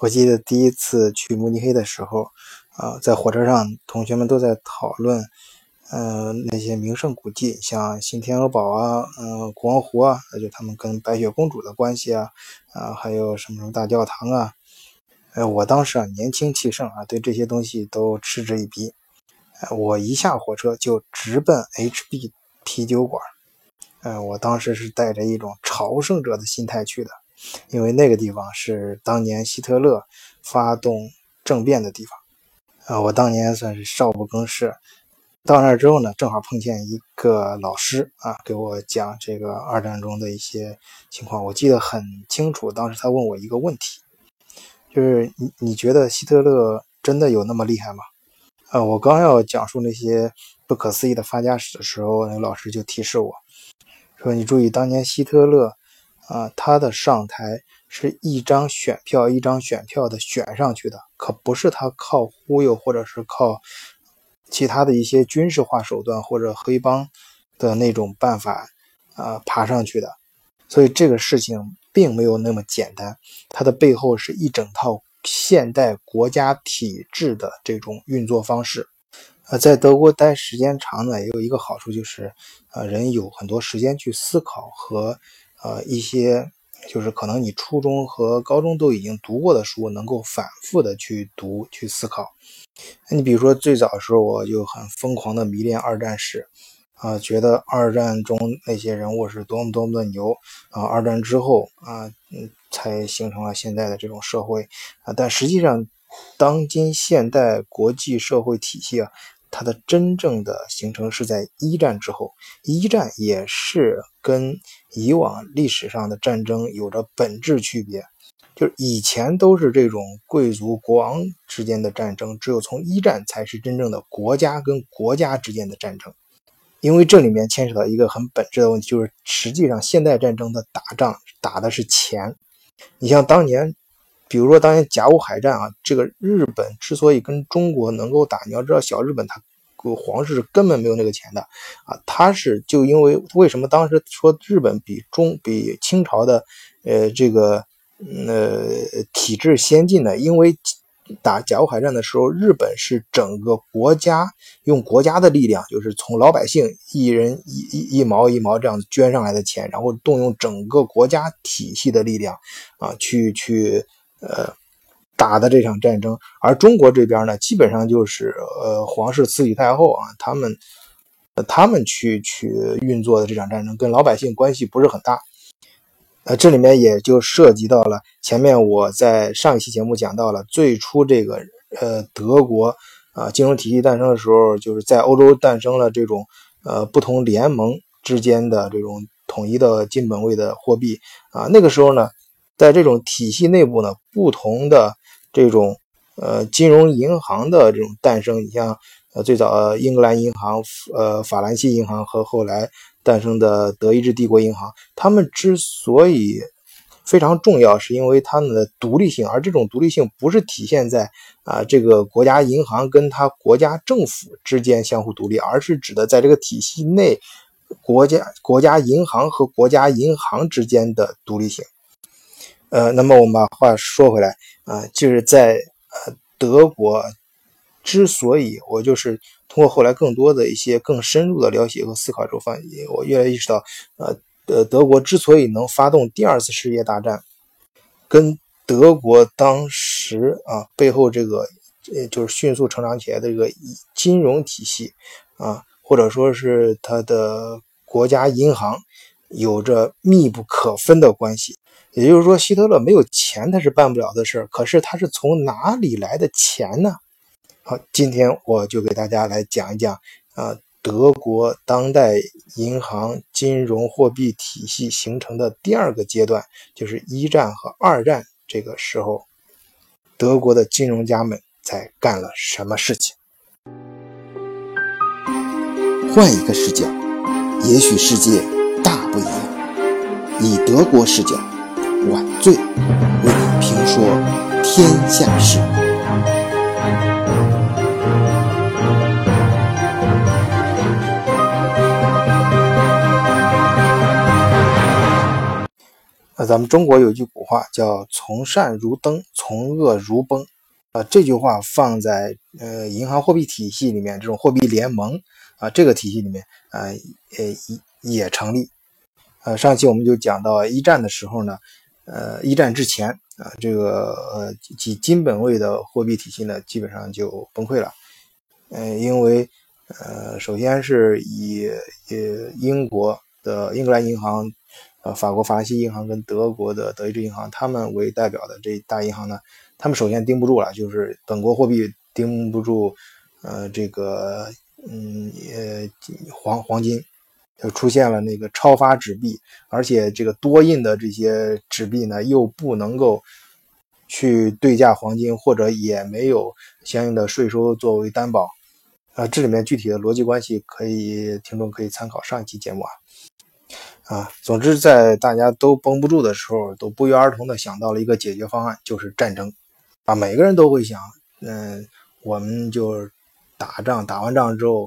我记得第一次去慕尼黑的时候，在火车上，同学们都在讨论，那些名胜古迹，像新天鹅堡啊，国王湖啊，就他们跟白雪公主的关系啊，还有什么大教堂啊，我当时年轻气盛对这些东西都嗤之以鼻，我一下火车就直奔 HB 啤酒馆，我当时是带着一种朝圣者的心态去的。因为那个地方是当年希特勒发动政变的地方，我当年算是少不更事。到那儿之后呢，正好碰见一个老师给我讲这个二战中的一些情况，我记得很清楚。当时他问我一个问题，就是你觉得希特勒真的有那么厉害吗？我刚要讲述那些不可思议的发家史的时候，那个老师就提示我说，你注意当年希特勒他的上台是一张选票一张选票的选上去的，可不是他靠忽悠或者是靠其他的一些军事化手段或者黑帮的那种办法爬上去的。所以这个事情并没有那么简单，它的背后是一整套现代国家体制的这种运作方式。在德国待时间长呢，也有一个好处，就是人有很多时间去思考和一些就是可能你初中和高中都已经读过的书，能够反复的去读去思考。你比如说最早的时候，我就很疯狂的迷恋二战史觉得二战中那些人物是多么多么的牛二战之后才形成了现在的这种社会但实际上当今现代国际社会体系它的真正的形成是在一战之后。一战也是跟以往历史上的战争有着本质区别，就是以前都是这种贵族国王之间的战争，只有从一战才是真正的国家跟国家之间的战争。因为这里面牵扯到一个很本质的问题，就是实际上现代战争的打仗打的是钱。你像当年比如说当年甲午海战这个日本之所以跟中国能够打，你要知道小日本它皇室是根本没有那个钱的它是就因为什么当时说日本比清朝的这个体制先进呢？因为打甲午海战的时候，日本是整个国家用国家的力量，就是从老百姓一人一毛一毛这样捐上来的钱，然后动用整个国家体系的力量去打的这场战争。而中国这边呢，基本上就是皇室慈禧太后他们去运作的这场战争，跟老百姓关系不是很大。这里面也就涉及到了前面我在上一期节目讲到了最初这个德国金融体系诞生的时候，就是在欧洲诞生了这种不同联盟之间的这种统一的金本位的货币那个时候呢，在这种体系内部呢，不同的这种金融银行的这种诞生，你像最早英格兰银行法兰西银行和后来诞生的德意志帝国银行，他们之所以非常重要，是因为他们的独立性，而这种独立性不是体现在这个国家银行跟他国家政府之间相互独立，而是指的在这个体系内国家银行和国家银行之间的独立性。那么我们把话说回来就是在德国之所以我就是通过后来更多的一些更深入的了解和思考之后，我越来越意识到德国之所以能发动第二次世界大战，跟德国当时背后这个就是迅速成长起来的这个金融体系或者说是它的国家银行有着密不可分的关系。也就是说希特勒没有钱他是办不了的事，可是他是从哪里来的钱呢？好，今天我就给大家来讲一讲德国当代银行金融货币体系形成的第二个阶段，就是一战和二战这个时候德国的金融家们在干了什么事情。 换一个视角，也许世界大不一样。以德国视角，晚醉为你评说天下事。 咱们中国有句古话叫从善如登，从恶如崩。这句话放在银行货币体系里面，这种货币联盟这个体系里面也成立。上期我们就讲到一战的时候呢，一战之前这个以金本位的货币体系呢，基本上就崩溃了。因为首先是以英国的英格兰银行、法国法兰西银行跟德国的德意志银行，他们为代表的这大银行呢，他们首先盯不住了，就是本国货币盯不住这个黄金，就出现了那个超发纸币，而且这个多印的这些纸币呢，又不能够去对价黄金，或者也没有相应的税收作为担保。这里面具体的逻辑关系听众可以参考上一期节目总之在大家都绷不住的时候，都不约而同的想到了一个解决方案，就是战争每个人都会想我们就打仗，打完仗之后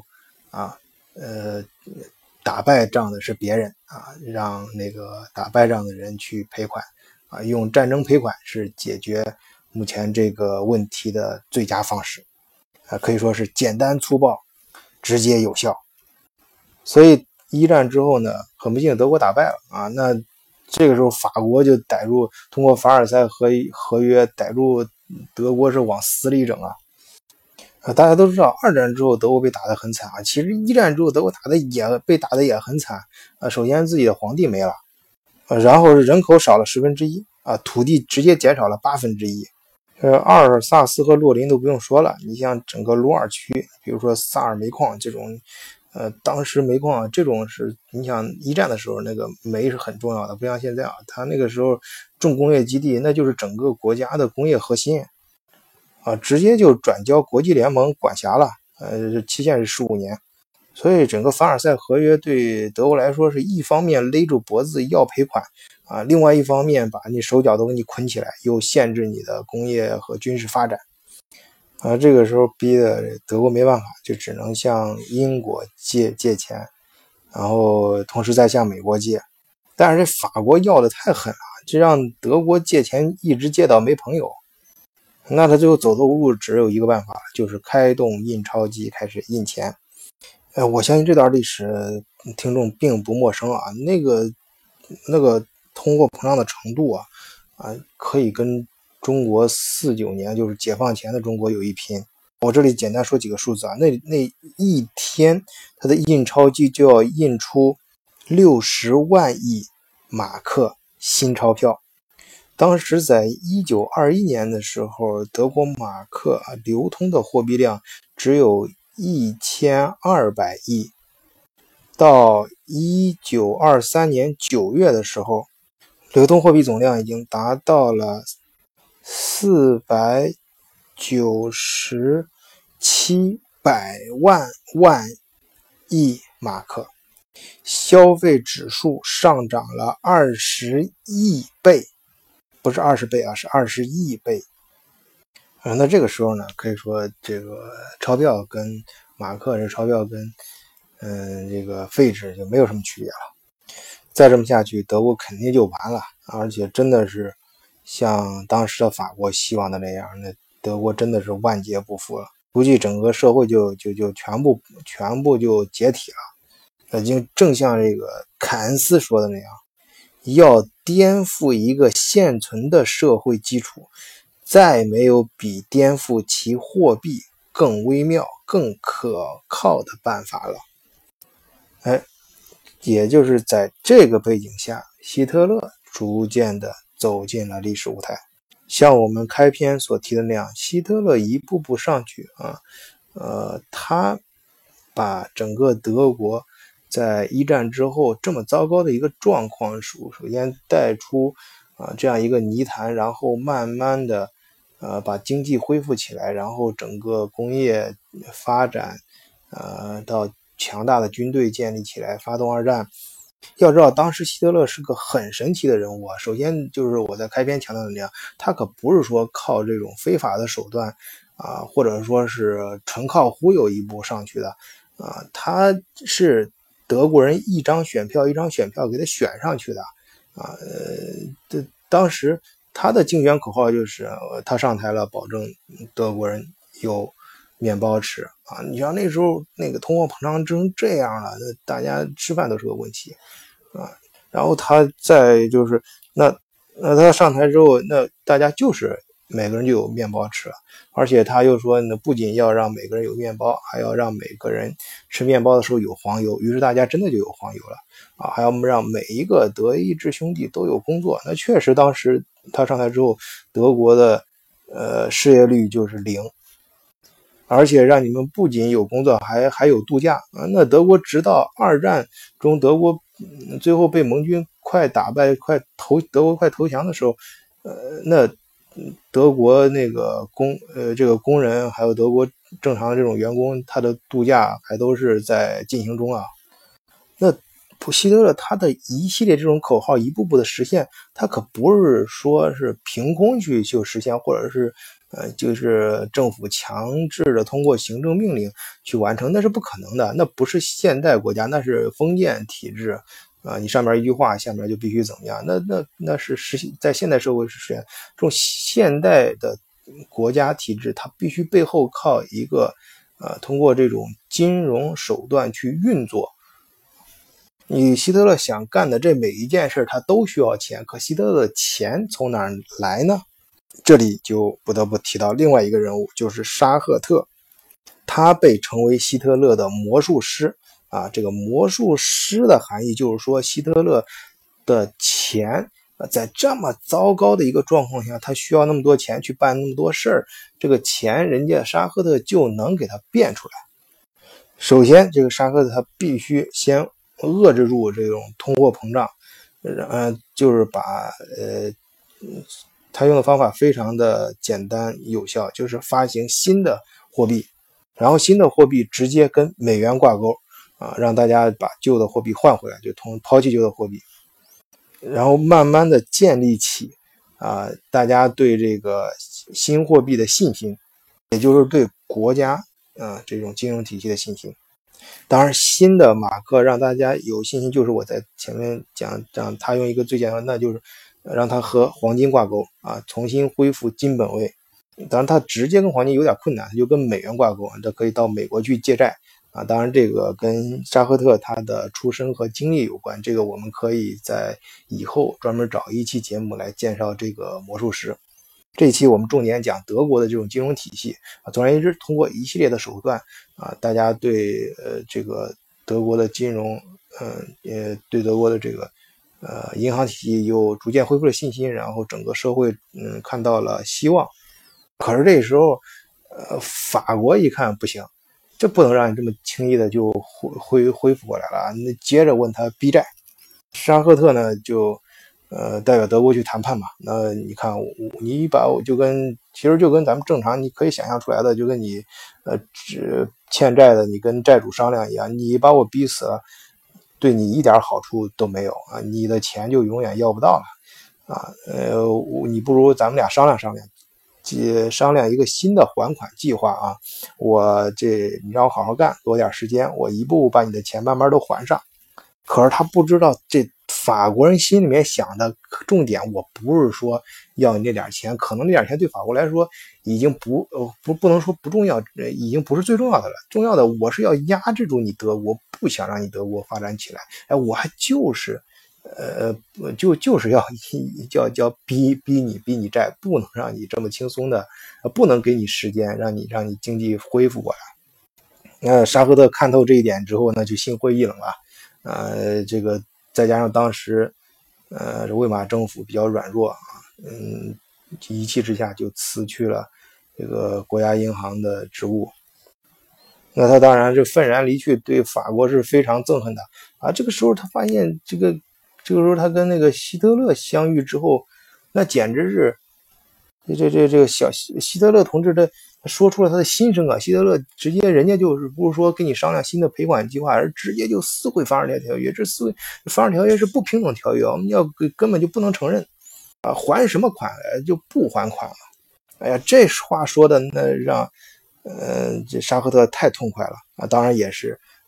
打败仗的是别人让那个打败仗的人去赔款用战争赔款是解决目前这个问题的最佳方式可以说是简单粗暴，直接有效。所以一战之后呢，很不幸德国打败了那这个时候法国就通过凡尔赛合约逮住德国是往死里整大家都知道二战之后德国被打得很惨其实一战之后德国被打得也很惨首先自己的皇帝没了然后人口少了1/10土地直接减少了1/8阿尔萨斯和洛林都不用说了，你像整个鲁尔区，比如说萨尔煤矿这种当时煤矿这种是你想一战的时候那个煤是很重要的，不像现在它那个时候重工业基地那就是整个国家的工业核心直接就转交国际联盟管辖了期限是15年。所以整个凡尔赛合约对德国来说是一方面勒住脖子要赔款另外一方面把你手脚都给你捆起来，又限制你的工业和军事发展这个时候逼得德国没办法，就只能向英国借钱，然后同时再向美国借。但是这法国要的太狠了，这让德国借钱一直借到没朋友，那他最后走投无路，只有一个办法，就是开动印钞机开始印钱。我相信这段历史听众并不陌生那个通货膨胀的程度可以跟中国49年就是解放前的中国有一拼。我这里简单说几个数字那一天它的印钞机就要印出60万亿马克新钞票。当时在1921年的时候，德国马克流通的货币量只有1200亿，到1923年9月的时候，流通货币总量已经达到了497万亿马克，消费指数上涨了20亿倍，不是20倍是20亿倍。那这个时候呢，可以说这个钞票跟马克这钞票跟这个废纸就没有什么区别了。再这么下去，德国肯定就完了，而且真的是像当时的法国希望的那样，那德国真的是万劫不复了，估计整个社会就全部就解体了。正像这个凯恩斯说的那样，要颠覆一个现存的社会基础，再没有比颠覆其货币更微妙、更可靠的办法了。也就是在这个背景下，希特勒逐渐的走进了历史舞台。像我们开篇所提的那样，希特勒一步步上去他把整个德国在一战之后这么糟糕的一个状况首先带出这样一个泥潭，然后慢慢的把经济恢复起来，然后整个工业发展到强大的军队建立起来，发动二战。要知道当时希特勒是个很神奇的人物首先就是我在开篇强调的那样，他可不是说靠这种非法的手段或者说是纯靠忽悠一步上去的他是德国人一张选票一张选票给他选上去的， 当时他的竞选口号就是他上台了，保证德国人有面包吃啊！你像那时候那个通货膨胀成这样了，那大家吃饭都是个问题啊。然后他再就是那他上台之后，那大家就是每个人就有面包吃了，而且他又说，那不仅要让每个人有面包，还要让每个人吃面包的时候有黄油。于是大家真的就有黄油了啊！还要让每一个德意志兄弟都有工作。那确实，当时他上台之后，德国的失业率就是0。而且让你们不仅有工作，还有度假啊！那德国直到2战中，德国最后被盟军快打败、德国快投降的时候，那德国那个这个工人还有德国正常的这种员工，他的度假还都是在进行中啊。那希特勒他的一系列这种口号一步步的实现，他可不是说是凭空去就实现，或者是就是政府强制的通过行政命令去完成，那是不可能的。那不是现代国家，那是封建体制啊！你上面一句话，下面就必须怎么样？那是在现代社会是实现这种现代的国家体制，它必须背后靠一个通过这种金融手段去运作。你希特勒想干的这每一件事，他都需要钱，可希特勒的钱从哪儿来呢？这里就不得不提到另外一个人物，就是沙赫特。他被称为希特勒的魔术师啊。这个魔术师的含义就是说，希特勒的钱在这么糟糕的一个状况下，他需要那么多钱去办那么多事儿，这个钱人家沙赫特就能给他变出来。首先，这个沙赫特他必须先遏制住这种通货膨胀，就是把他用的方法非常的简单有效，就是发行新的货币，然后新的货币直接跟美元挂钩啊，让大家把旧的货币换回来，就抛弃旧的货币，然后慢慢的建立起大家对这个新货币的信心，也就是对国家这种金融体系的信心。当然，新的马克让大家有信心，就是我在前面讲他用一个最简单，那就是让它和黄金挂钩啊，重新恢复金本位。当然，他直接跟黄金有点困难，就跟美元挂钩，这可以到美国去借债啊。当然，这个跟沙赫特他的出身和经历有关，这个我们可以在以后专门找一期节目来介绍这个魔术师。这一期我们重点讲德国的这种金融体系啊，总而言之，通过一系列的手段啊，大家对这个德国的金融，也对德国的这个银行体系又逐渐恢复了信心，然后整个社会看到了希望。可是这时候法国一看不行，这不能让你这么轻易的就恢复过来了，那接着问他逼债。沙赫特呢就代表德国去谈判嘛。那你看你把我其实就跟咱们正常你可以想象出来的，就跟你欠债的你跟债主商量一样，你把我逼死了，对你一点好处都没有啊，你的钱就永远要不到了啊。你不如咱们俩商量商量，商量一个新的还款计划啊。你让我好好干，多点时间，我一步步把你的钱慢慢都还上。可是他不知道，这法国人心里面想的重点，我不是说要你那点钱，可能那点钱对法国来说已经不能说不重要，已经不是最重要的了。重要的，我是要压制住你德国，不想让你德国发展起来。哎，我还就是就是要逼你债，不能让你这么轻松的，不能给你时间让你经济恢复过来。沙赫特看透这一点之后呢，就心灰意冷了。这个再加上当时魏玛政府比较软弱啊，一气之下就辞去了这个国家银行的职务。那他当然就愤然离去，对法国是非常憎恨的啊。这个时候他发现这个时候他跟那个希特勒相遇之后，那简直是这个小希特勒同志的说出了他的心声啊！希特勒直接人家就是不是说跟你商量新的赔款计划，而直接就撕毁凡尔赛条约。这凡尔赛条约是不平等条约，我们根本就不能承认啊！还什么款就不还款了。哎呀，这话说的那让这沙赫特太痛快了啊！当然也是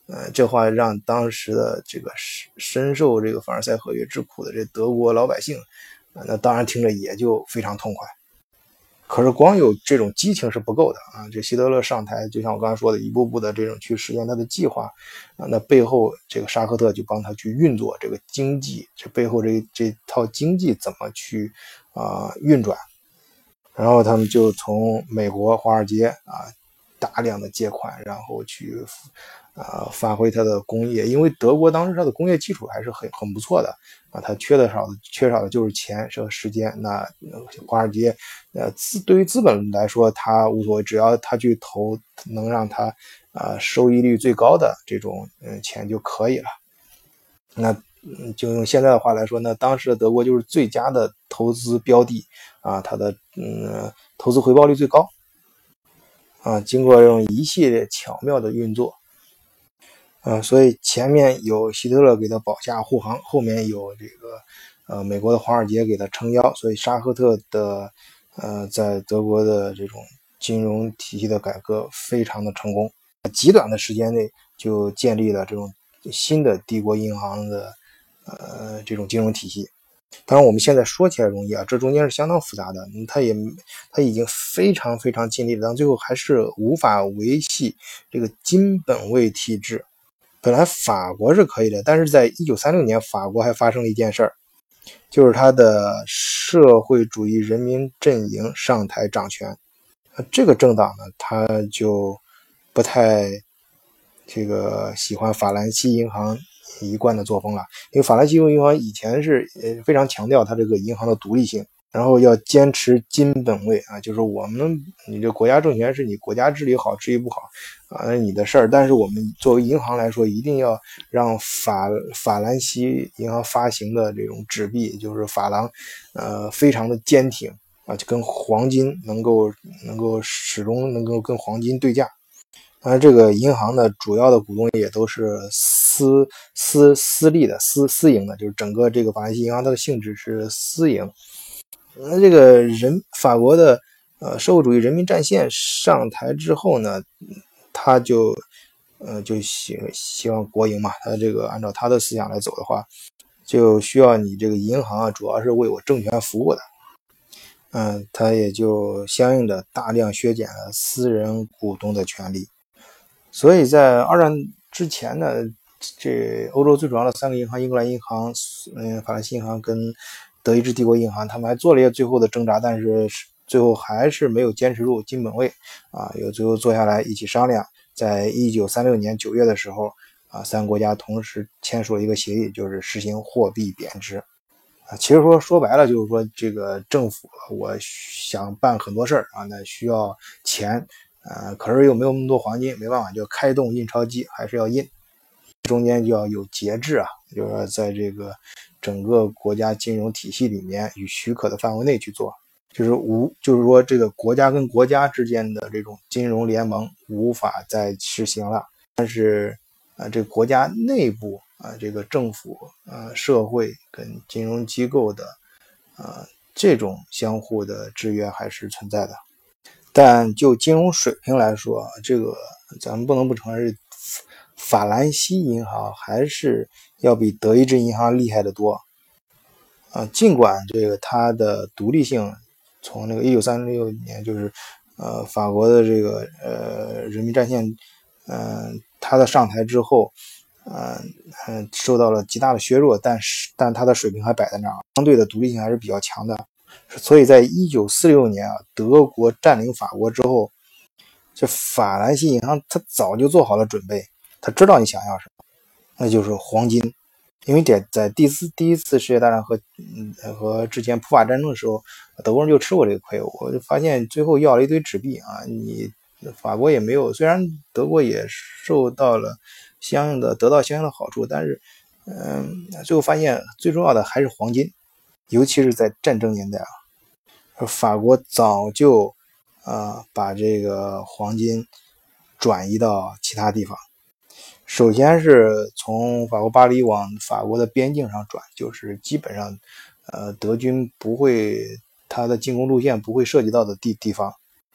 这话让当时的这个深受这个凡尔赛合约之苦的这德国老百姓，那当然听着也就非常痛快。可是光有这种激情是不够的啊！这希特勒上台，就像我刚才说的，一步步的这种去实现他的计划啊，那背后这个沙赫特就帮他去运作这个经济，这背后这套经济怎么去运转？然后他们就从美国华尔街大量的借款，然后去发挥它的工业，因为德国当时它的工业基础还是很不错的啊，它缺少的就是钱和时间。那华尔街对于资本来说它无所谓，只要他去投能让它收益率最高的这种钱就可以了。那就用现在的话来说，那当时的德国就是最佳的投资标的啊，它的投资回报率最高啊，经过这种一系列巧妙的运作所以前面有希特勒给他保驾护航，后面有这个美国的华尔街给他撑腰，所以沙赫特的在德国的这种金融体系的改革非常的成功，极短的时间内就建立了这种新的帝国银行的这种金融体系。当然我们现在说起来容易啊，这中间是相当复杂的，他已经非常非常尽力了，但最后还是无法维系这个金本位体制。本来法国是可以的，但是在1936年法国还发生了一件事儿，就是他的社会主义人民阵营上台掌权。这个政党呢，他就不太这个喜欢法兰西银行一贯的作风了，因为法兰西银行以前是非常强调它这个银行的独立性，然后要坚持金本位啊，就是你这国家政权是你国家治理好治理不好那是你的事儿，但是我们作为银行来说，一定要让法兰西银行发行的这种纸币，就是法郎非常的坚挺就跟黄金能够始终能够跟黄金对价。当然这个银行的主要的股东也都是私立的私营的，就是整个这个法兰西银行它的性质是私营。那这个法国的社会主义人民战线上台之后呢，他就希望国营嘛，他这个按照他的思想来走的话，就需要你这个银行主要是为我政权服务的。他也就相应的大量削减了私人股东的权利。所以在二战之前呢，这欧洲最主要的三个银行，英格兰银行、法兰西银行跟德意志帝国银行，他们还做了一些最后的挣扎，但是最后还是没有坚持住金本位有最后坐下来一起商量，在1936年9月的时候三个国家同时签署了一个协议，就是实行货币贬值其实说白了就是说，这个政府我想办很多事儿那需要钱可是又没有那么多黄金，没办法，就开动印钞机，还是要印，中间就要有节制就是说在这个整个国家金融体系里面与许可的范围内去做，就是说这个国家跟国家之间的这种金融联盟无法再实行了，但是这个国家内部这个政府社会跟金融机构的这种相互的制约还是存在的。但就金融水平来说，这个咱们不能不承认，法兰西银行还是要比德意志银行厉害得多尽管这个它的独立性从那个1936年就是法国的这个人民战线它的上台之后受到了极大的削弱，但它的水平还摆在那儿，相对的独立性还是比较强的。所以在1946年德国占领法国之后，这法兰西银行它早就做好了准备，它知道你想要什么，那就是黄金。因为在第一次世界大战和之前普法战争的时候，德国人就吃过这个亏，我就发现最后要了一堆纸币你法国也没有，虽然德国也受到了得到相应的好处，但是最后发现最重要的还是黄金，尤其是在战争年代法国早就把这个黄金转移到其他地方。首先是从法国巴黎往法国的边境上转，就是基本上德军不会，他的进攻路线不会涉及到的地方。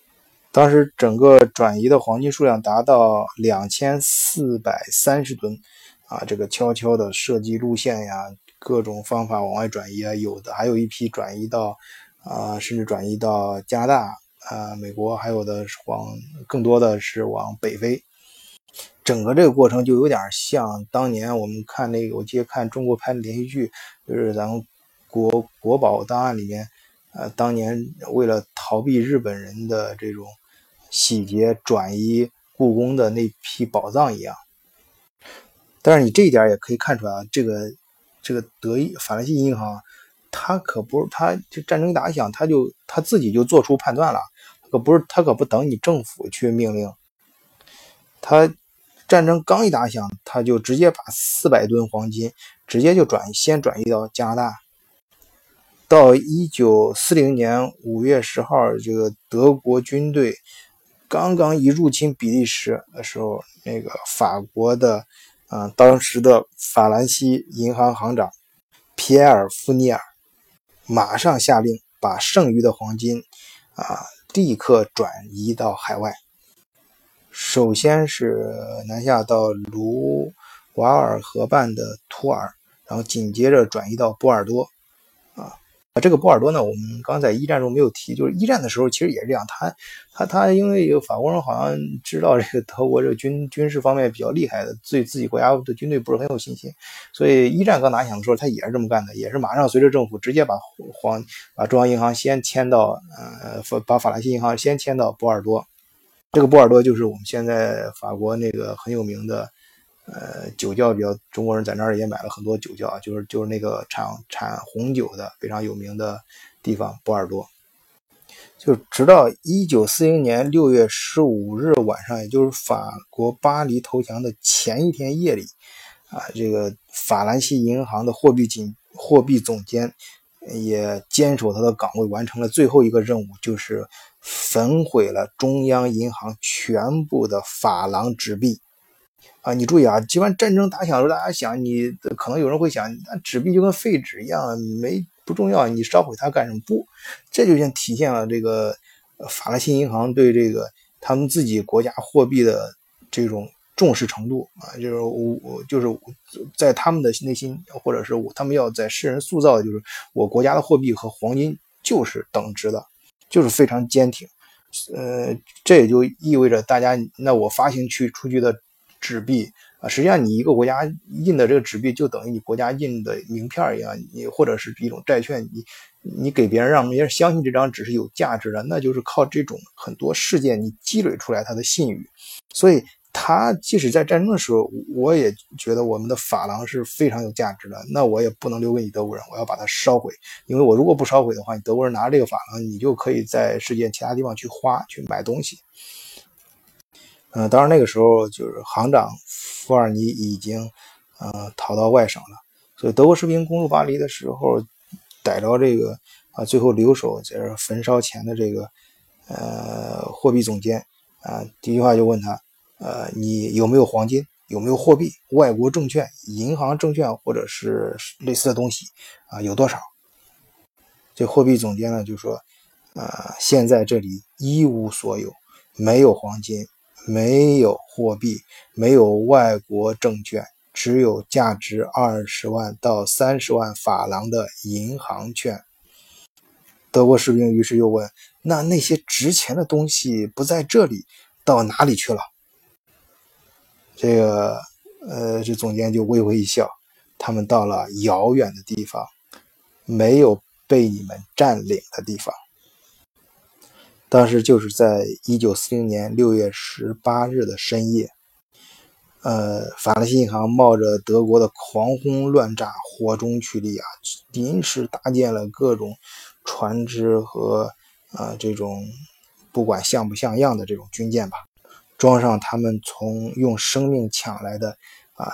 当时整个转移的黄金数量达到2430吨啊，这个悄悄的设计路线呀，各种方法往外转移啊，还有一批转移到甚至转移到加拿大美国，还有的更多的是往北非。整个这个过程就有点像当年我们看那个，我记得看中国拍的连续剧，就是咱们国宝档案里面，当年为了逃避日本人的这种洗劫转移故宫的那批宝藏一样。但是你这一点也可以看出来啊，这个法兰西银行，他可不是他这战争一打响，他自己就做出判断了，他可不等你政府去命令，他战争刚一打响，他就直接把400吨黄金直接就先转移到加拿大。到1940年5月10号，这个德国军队刚刚一入侵比利时的时候，那个法国的当时的法兰西银行行长皮埃尔·富尼尔马上下令把剩余的黄金立刻转移到海外。首先是南下到卢瓦尔河畔的图尔，然后紧接着转移到波尔多这个波尔多呢，我们刚在一战中没有提，就是一战的时候其实也是这样，他因为有法国人好像知道这个德国这个军事方面比较厉害的，对自己国家的军队不是很有信心，所以一战刚打响的时候他也是这么干的，也是马上随着政府直接把中央银行先迁到把法兰西银行先迁到波尔多。这个波尔多就是我们现在法国那个很有名的酒窖，中国人在那儿也买了很多酒窖，就是那个产红酒的非常有名的地方波尔多。就直到1940年6月15日晚上，也就是法国巴黎投降的前一天夜里这个法兰西银行的货币总监也坚守他的岗位，完成了最后一个任务，就是焚毁了中央银行全部的法郎纸币你注意啊，基本战争打响的时候，大家想，你可能有人会想，那纸币就跟废纸一样，不重要，你烧毁它干什么？不，这就像体现了这个法兰西银行对这个他们自己国家货币的这种重视程度就是在他们的内心，或者是他们要在世人塑造的就是我国家的货币和黄金就是等值的，就是非常坚挺。这也就意味着大家，那我发行出去的纸币实际上你一个国家印的这个纸币就等于你国家印的名片一样，你或者是一种债券，你给别人让别人相信这张纸是有价值的，那就是靠这种很多事件你积累出来他的信誉。所以他即使在战争的时候，我也觉得我们的法郎是非常有价值的，那我也不能留给你德国人，我要把它烧毁，因为我如果不烧毁的话，你德国人拿这个法郎，你就可以在世界其他地方去买东西。当然那个时候就是行长富尔尼已经逃到外省了，所以德国士兵攻入巴黎的时候逮着这个最后留守在这焚烧前的这个货币总监第一句话就问他你有没有黄金，有没有货币，外国证券、银行证券或者是类似的东西有多少？这货币总监呢就说现在这里一无所有，没有黄金，没有货币，没有外国证券，只有价值20万到30万法郎的银行券。德国士兵于是又问，那些值钱的东西不在这里，到哪里去了？这总监就微微一笑，他们到了遥远的地方，没有被你们占领的地方。当时就是在1940年6月18日的深夜，法兰西银行冒着德国的狂轰乱炸，火中取栗临时搭建了各种船只和这种不管像不像样的这种军舰吧，装上他们用生命抢来的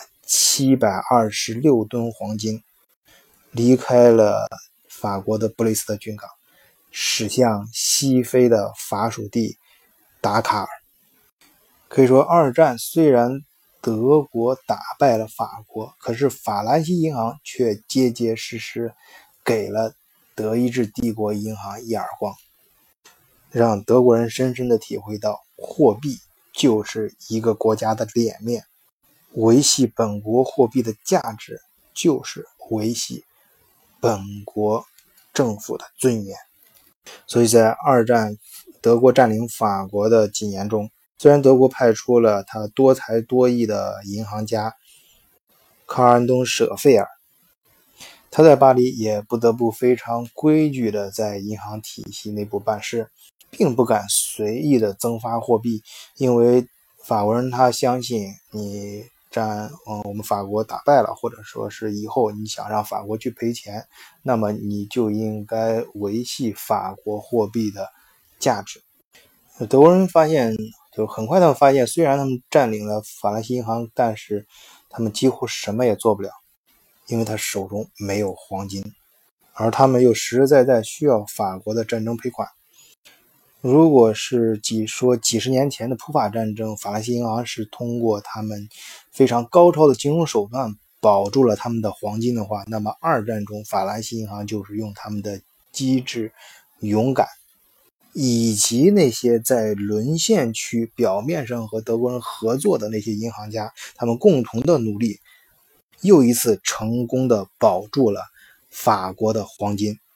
726吨黄金，离开了法国的布雷斯特军港，驶向西非的法属地达卡尔。可以说二战虽然德国打败了法国，可是法兰西银行却结结实实给了德意志帝国银行一耳光。 让德国人深深地体会到，货币就是一个国家的脸面，维系本国货币的价值就是维系本国政府的尊严。所以在二战德国占领法国的几年中，虽然德国派出了他多才多艺的银行家卡尔安东·舍费尔，他在巴黎也不得不非常规矩的在银行体系内部办事，并不敢随意的增发货币，因为法国人他相信你我们法国打败了，或者说是以后你想让法国去赔钱，那么你就应该维系法国货币的价值。德国人很快他们发现，虽然他们占领了法兰西银行，但是他们几乎什么也做不了，因为他手中没有黄金，而他们又实实在在需要法国的战争赔款。如果是几十年前的普法战争，法兰西银行是通过他们非常高超的金融手段保住了他们的黄金的话，那么二战中法兰西银行就是用他们的机智、勇敢，以及那些在沦陷区表面上和德国人合作的那些银行家，他们共同的努力，又一次成功的保住了法国的黄金。